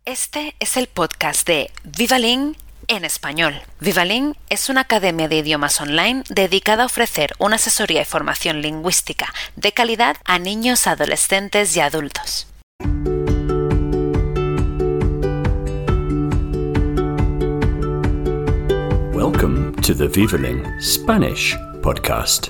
Este es el podcast de Vivalin en español. Vivalin es una academia de idiomas online dedicada a ofrecer una asesoría y formación lingüística de calidad a niños, adolescentes y adultos. Welcome to the Vivalin Spanish podcast.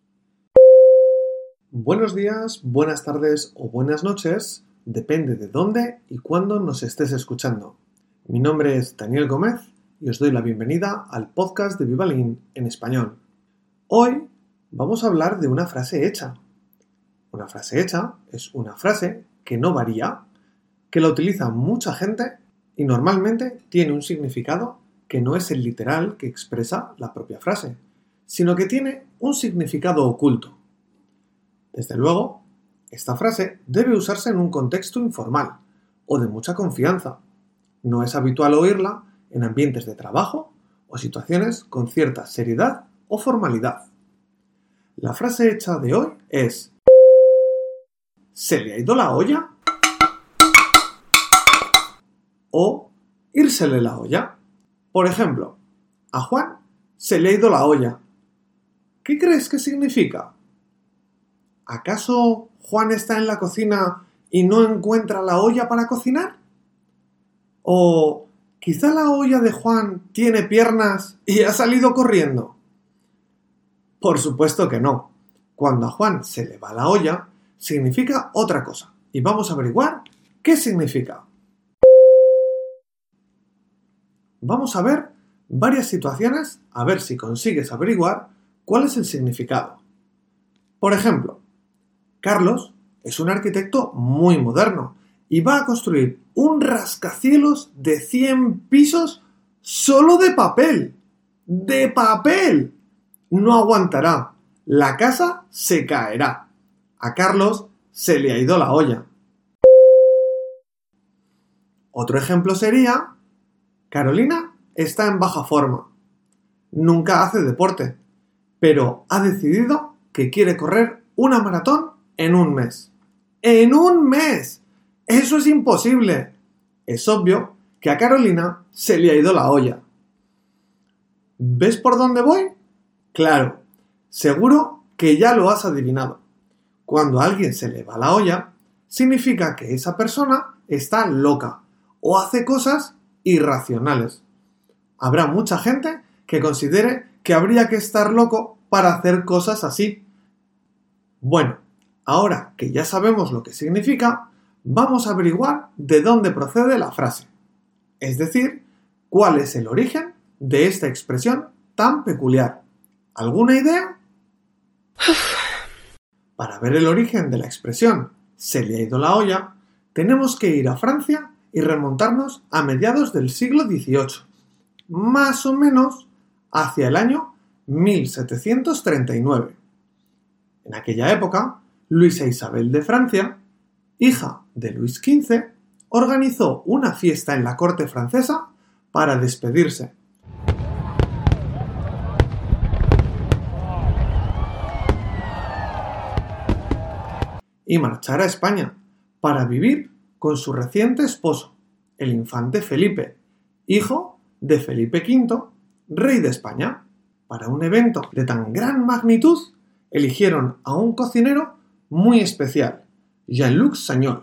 Buenos días, buenas tardes o buenas noches, depende de dónde y cuándo nos estés escuchando. Mi nombre es Daniel Gómez y os doy la bienvenida al podcast de Vivalin en español. Hoy vamos a hablar de una frase hecha. Una frase hecha es una frase que no varía, que la utiliza mucha gente y normalmente tiene un significado que no es el literal que expresa la propia frase, sino que tiene un significado oculto. Desde luego, esta frase debe usarse en un contexto informal o de mucha confianza. No es habitual oírla en ambientes de trabajo o situaciones con cierta seriedad o formalidad. La frase hecha de hoy es: ¿se le ha ido la olla? O írsele la olla. Por ejemplo, a Juan se le ha ido la olla. ¿Qué crees que significa? ¿Acaso Juan está en la cocina y no encuentra la olla para cocinar? ¿O quizá la olla de Juan tiene piernas y ha salido corriendo? Por supuesto que no. Cuando a Juan se le va la olla, significa otra cosa. Y vamos a averiguar qué significa. Vamos a ver varias situaciones a ver si consigues averiguar cuál es el significado. Por ejemplo, Carlos es un arquitecto muy moderno y va a construir un rascacielos de 100 pisos solo de papel. ¡De papel! No aguantará. La casa se caerá. A Carlos se le ha ido la olla. Otro ejemplo sería: Carolina está en baja forma. Nunca hace deporte, pero ha decidido que quiere correr una maratón en un mes. ¡En un mes! ¡Eso es imposible! Es obvio que a Carolina se le ha ido la olla. ¿Ves por dónde voy? Claro, seguro que ya lo has adivinado. Cuando a alguien se le va la olla, significa que esa persona está loca o hace cosas irracionales. Habrá mucha gente que considere que habría que estar loco para hacer cosas así. Bueno, ahora que ya sabemos lo que significa, vamos a averiguar de dónde procede la frase. Es decir, cuál es el origen de esta expresión tan peculiar. ¿Alguna idea? Para ver el origen de la expresión "se le ha ido la olla", tenemos que ir a Francia y remontarnos a mediados del siglo XVIII, más o menos hacia el año 1739. En aquella época, Luisa Isabel de Francia, hija de Luis XV, organizó una fiesta en la corte francesa para despedirse. Y marchar a España para vivir con su reciente esposo, el infante Felipe, hijo de Felipe V, rey de España. Para un evento de tan gran magnitud, eligieron a un cocinero muy especial, Jean-Luc Sagnol.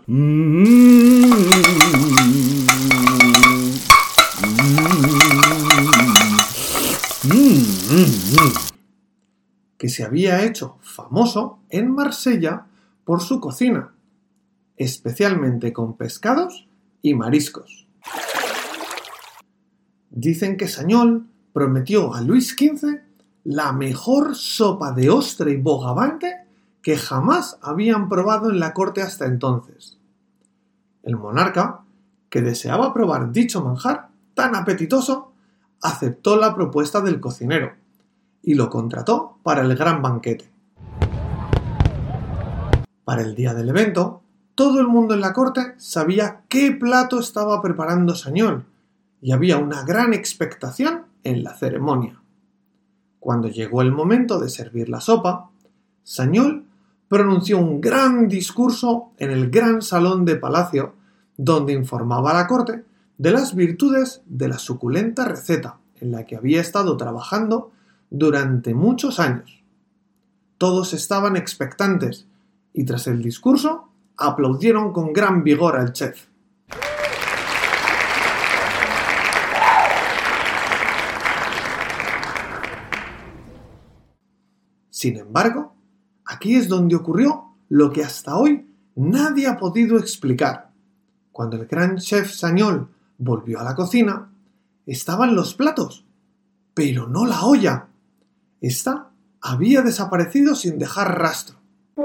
Que se había hecho famoso en Marsella por su cocina, especialmente con pescados y mariscos. Dicen que Sagnol prometió a Luis XV la mejor sopa de ostra y bogavante que jamás habían probado en la corte hasta entonces. El monarca, que deseaba probar dicho manjar tan apetitoso, aceptó la propuesta del cocinero y lo contrató para el gran banquete. Para el día del evento, todo el mundo en la corte sabía qué plato estaba preparando Sagnol y había una gran expectación en la ceremonia. Cuando llegó el momento de servir la sopa, Sagnol pronunció un gran discurso en el gran salón de palacio donde informaba a la corte de las virtudes de la suculenta receta en la que había estado trabajando durante muchos años. Todos estaban expectantes y tras el discurso aplaudieron con gran vigor al chef. Sin embargo, aquí es donde ocurrió lo que hasta hoy nadie ha podido explicar. Cuando el gran chef Sagnol volvió a la cocina, estaban los platos, pero no la olla. Esta había desaparecido sin dejar rastro.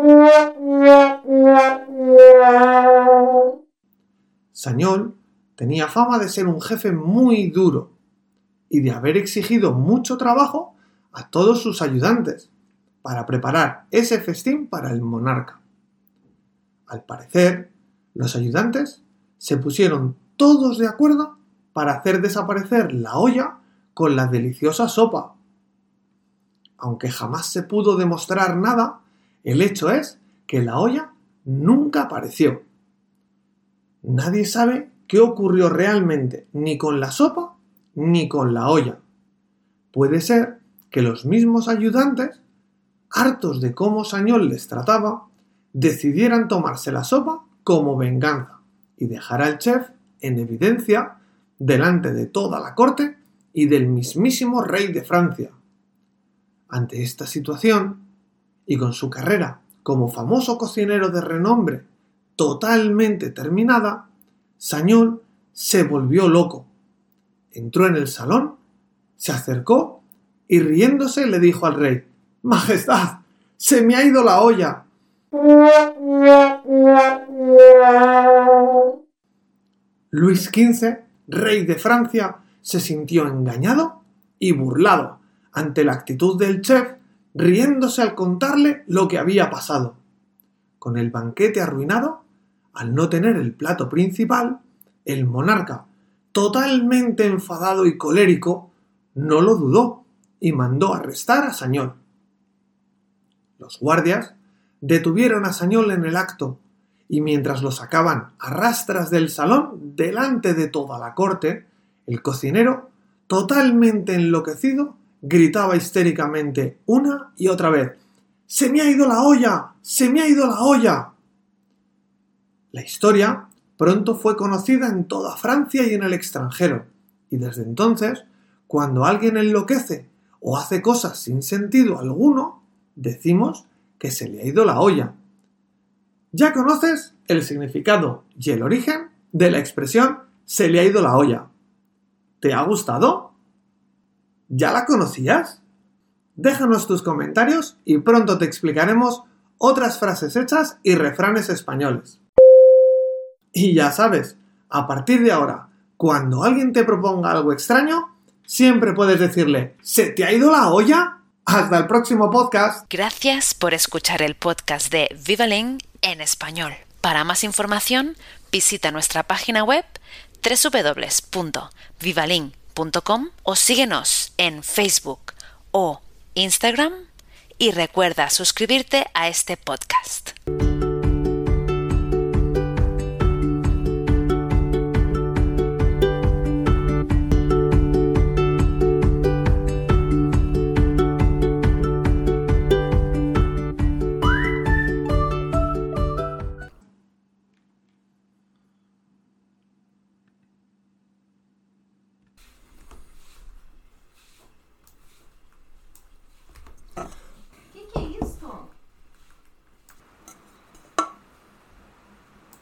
Sagnol tenía fama de ser un jefe muy duro y de haber exigido mucho trabajo a todos sus ayudantes para preparar ese festín para el monarca. Al parecer, los ayudantes se pusieron todos de acuerdo para hacer desaparecer la olla con la deliciosa sopa. Aunque jamás se pudo demostrar nada, el hecho es que la olla nunca apareció. Nadie sabe qué ocurrió realmente ni con la sopa ni con la olla. Puede ser que los mismos ayudantes, hartos de cómo Sagnol les trataba, decidieran tomarse la sopa como venganza y dejar al chef en evidencia delante de toda la corte y del mismísimo rey de Francia. Ante esta situación, y con su carrera como famoso cocinero de renombre totalmente terminada, Sagnol se volvió loco. Entró en el salón, se acercó y riéndose le dijo al rey: «Majestad, se me ha ido la olla». Luis XV, rey de Francia, se sintió engañado y burlado ante la actitud del chef, riéndose al contarle lo que había pasado. Con el banquete arruinado, al no tener el plato principal, el monarca, totalmente enfadado y colérico, no lo dudó y mandó arrestar a Sagnol. Los guardias detuvieron a Sagnol en el acto y mientras lo sacaban a rastras del salón delante de toda la corte, el cocinero, totalmente enloquecido, gritaba histéricamente una y otra vez: «¡Se me ha ido la olla! ¡Se me ha ido la olla!». La historia pronto fue conocida en toda Francia y en el extranjero, y desde entonces, cuando alguien enloquece o hace cosas sin sentido alguno, decimos que se le ha ido la olla. Ya conoces el significado y el origen de la expresión «se le ha ido la olla». ¿Te ha gustado? ¿Ya la conocías? Déjanos tus comentarios y pronto te explicaremos otras frases hechas y refranes españoles. Y ya sabes, a partir de ahora, cuando alguien te proponga algo extraño, siempre puedes decirle «¿Se te ha ido la olla?». ¡Hasta el próximo podcast! Gracias por escuchar el podcast de Vivalin en español. Para más información, visita nuestra página web www.vivalin.com o síguenos en Facebook o Instagram y recuerda suscribirte a este podcast.